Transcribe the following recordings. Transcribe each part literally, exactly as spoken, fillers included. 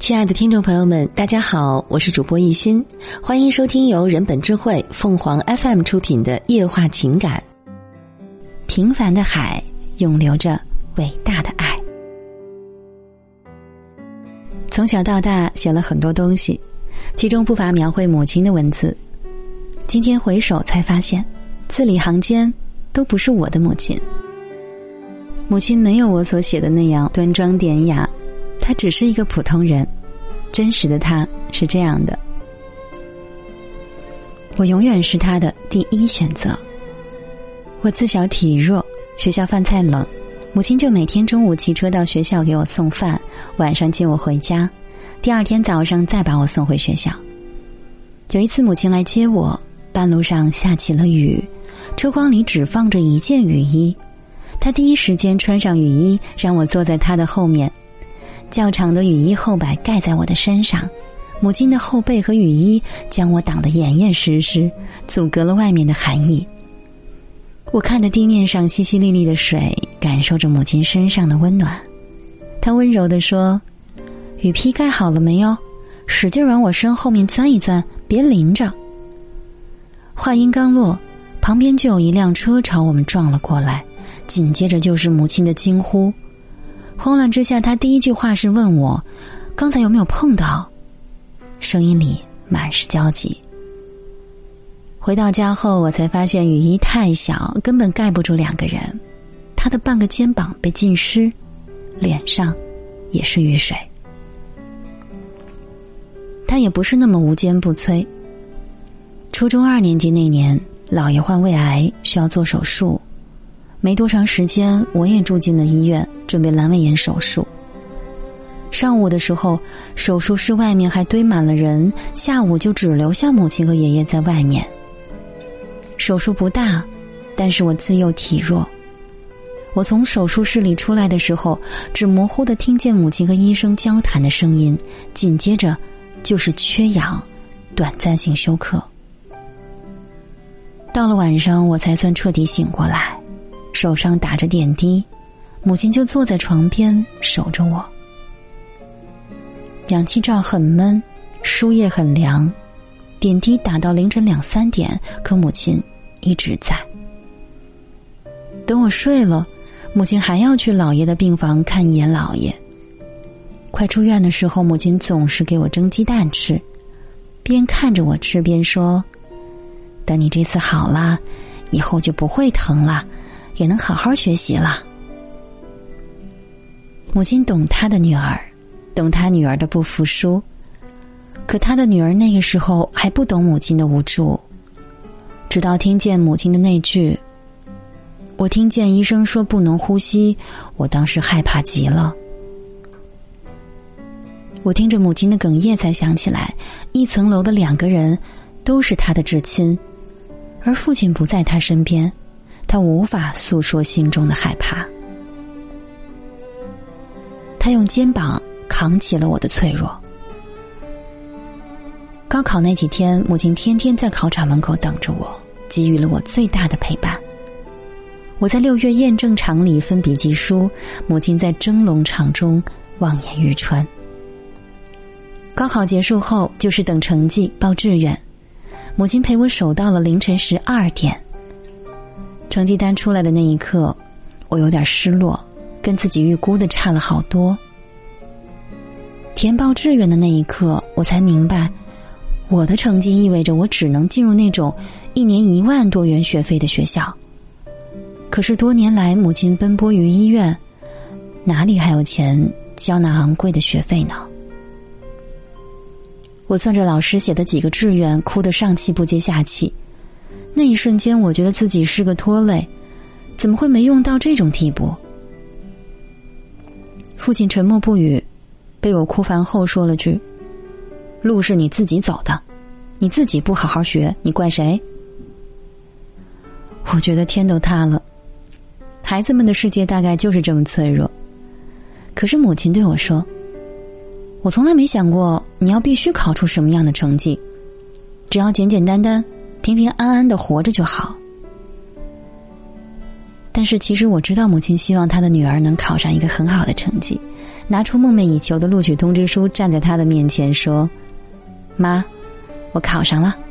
亲爱的听众朋友们，大家好，我是主播一心，欢迎收听由人本智慧凤凰 F M 出品的夜话情感。平凡的海永留着伟大的爱。从小到大写了很多东西，其中不乏描绘母亲的文字。今天回首才发现，字里行间都不是我的母亲。母亲没有我所写的那样端庄典雅，她只是一个普通人。真实的她是这样的：我永远是她的第一选择。我自小体弱，学校饭菜冷，母亲就每天中午骑车到学校给我送饭，晚上接我回家，第二天早上再把我送回学校。有一次母亲来接我，半路上下起了雨，车筐里只放着一件雨衣，她第一时间穿上雨衣，让我坐在她的后面。较长的雨衣后摆盖在我的身上，母亲的后背和雨衣将我挡得严严实实，阻隔了外面的寒意。我看着地面上淅淅沥沥的水，感受着母亲身上的温暖。她温柔地说：雨披盖好了没有？使劲往我身后面钻一钻，别淋着。话音刚落，旁边就有一辆车朝我们撞了过来，紧接着就是母亲的惊呼。慌乱之下，他第一句话是问我刚才有没有碰到，声音里满是焦急。回到家后，我才发现雨衣太小，根本盖不住两个人，他的半个肩膀被浸湿，脸上也是雨水。他也不是那么无坚不摧。初中二年级那年，姥爷患胃癌需要做手术，没多长时间我也住进了医院，准备阑尾炎手术。上午的时候，手术室外面还堆满了人，下午就只留下母亲和爷爷在外面。手术不大，但是我自幼体弱。我从手术室里出来的时候，只模糊地听见母亲和医生交谈的声音，紧接着就是缺氧，短暂性休克。到了晚上，我才算彻底醒过来，手上打着点滴，母亲就坐在床边守着我。氧气罩很闷，输液很凉，点滴打到凌晨两三点，可母亲一直在。等我睡了，母亲还要去姥爷的病房看一眼姥爷。快出院的时候，母亲总是给我蒸鸡蛋吃，边看着我吃边说：等你这次好了，以后就不会疼了，也能好好学习了。母亲懂她的女儿，懂她女儿的不服输，可她的女儿那个时候还不懂母亲的无助。直到听见母亲的那句：我听见医生说不能呼吸，我当时害怕极了。我听着母亲的哽咽，才想起来一层楼的两个人都是她的至亲，而父亲不在她身边，她无法诉说心中的害怕。她用肩膀扛起了我的脆弱。高考那几天，母亲天天在考场门口等着我，给予了我最大的陪伴。我在六月验证场里分笔记书，母亲在蒸笼场中望眼欲穿。高考结束后，就是等成绩报志愿，母亲陪我守到了凌晨十二点。成绩单出来的那一刻，我有点失落，跟自己预估的差了好多。填报志愿的那一刻，我才明白，我的成绩意味着我只能进入那种一年一万多元学费的学校。可是多年来，母亲奔波于医院，哪里还有钱交那昂贵的学费呢？我算着老师写的几个志愿，哭得上气不接下气。那一瞬间，我觉得自己是个拖累，怎么会没用到这种地步？父亲沉默不语，被我哭烦后说了句：路是你自己走的，你自己不好好学，你怪谁？我觉得天都塌了，孩子们的世界大概就是这么脆弱。可是母亲对我说：我从来没想过你要必须考出什么样的成绩，只要简简单单平平安安的活着就好。但是其实我知道母亲希望她的女儿能考上一个很好的成绩， 拿出梦寐以求的录取通知书，站在他的面前说：妈，我考上了。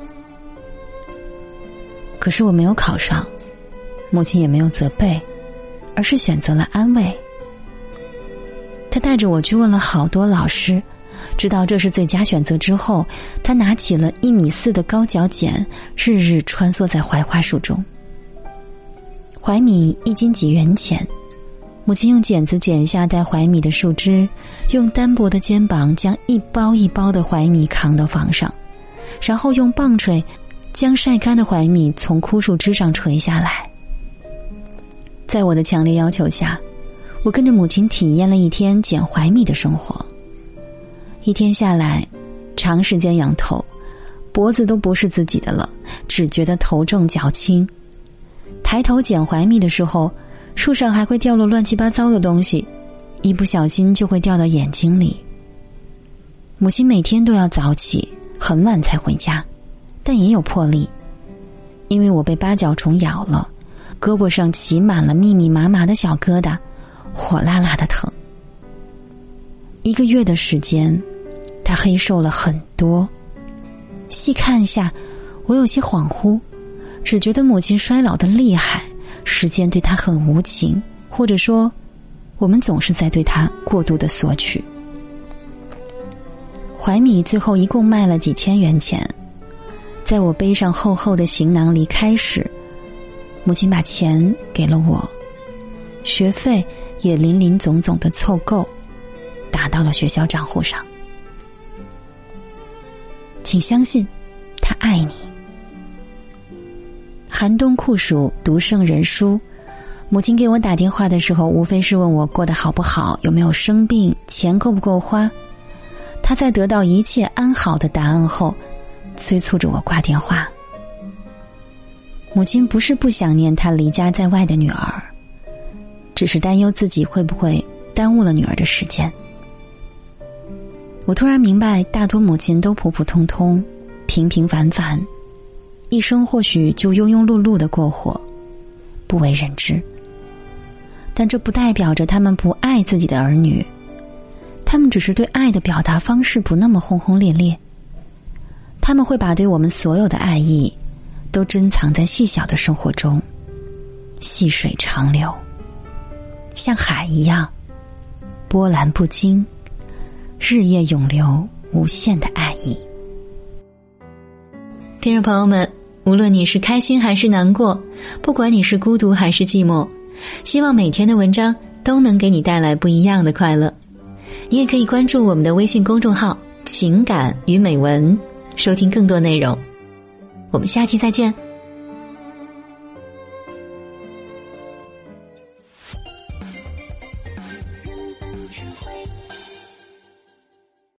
可是我没有考上，母亲也没有责备，而是选择了安慰。他带着我去问了好多老师，知道这是最佳选择之后，他拿起了一米四的高脚剪，日日穿梭在槐花树中。槐米一斤几元钱，母亲用剪子剪下带槐米的树枝，用单薄的肩膀将一包一包的槐米扛到房上，然后用棒槌将晒干的槐米从枯树枝上垂下来。在我的强烈要求下，我跟着母亲体验了一天捡槐米的生活。一天下来，长时间仰头，脖子都不是自己的了，只觉得头重脚轻。抬头捡槐米的时候，树上还会掉落乱七八糟的东西，一不小心就会掉到眼睛里。母亲每天都要早起，很晚才回家，但也有魄力，因为我被八角虫咬了，胳膊上起满了密密麻麻的小疙瘩，火辣辣的疼。一个月的时间，他黑瘦了很多。细看下，我有些恍惚，只觉得母亲衰老的厉害，时间对他很无情，或者说我们总是在对他过度的索取。槐米最后一共卖了几千元钱，在我背上厚厚的行囊离开时，母亲把钱给了我，学费也林林总总的凑够，打到了学校账户上。请相信，他爱你。寒冬酷暑，读圣人书，母亲给我打电话的时候，无非是问我过得好不好，有没有生病，钱够不够花。她在得到一切安好的答案后，催促着我挂电话。母亲不是不想念她离家在外的女儿，只是担忧自己会不会耽误了女儿的时间。我突然明白，大多母亲都普普通通，平平凡凡，一生或许就庸庸碌碌的过活，不为人知。但这不代表着他们不爱自己的儿女，他们只是对爱的表达方式不那么轰轰烈烈。他们会把对我们所有的爱意都珍藏在细小的生活中，细水长流，像海一样波澜不惊，日夜涌流无限的爱意。 听众朋友们，无论你是开心还是难过，不管你是孤独还是寂寞，希望每天的文章都能给你带来不一样的快乐。你也可以关注我们的微信公众号情感与美文，收听更多内容。我们下期再见。 人不知悔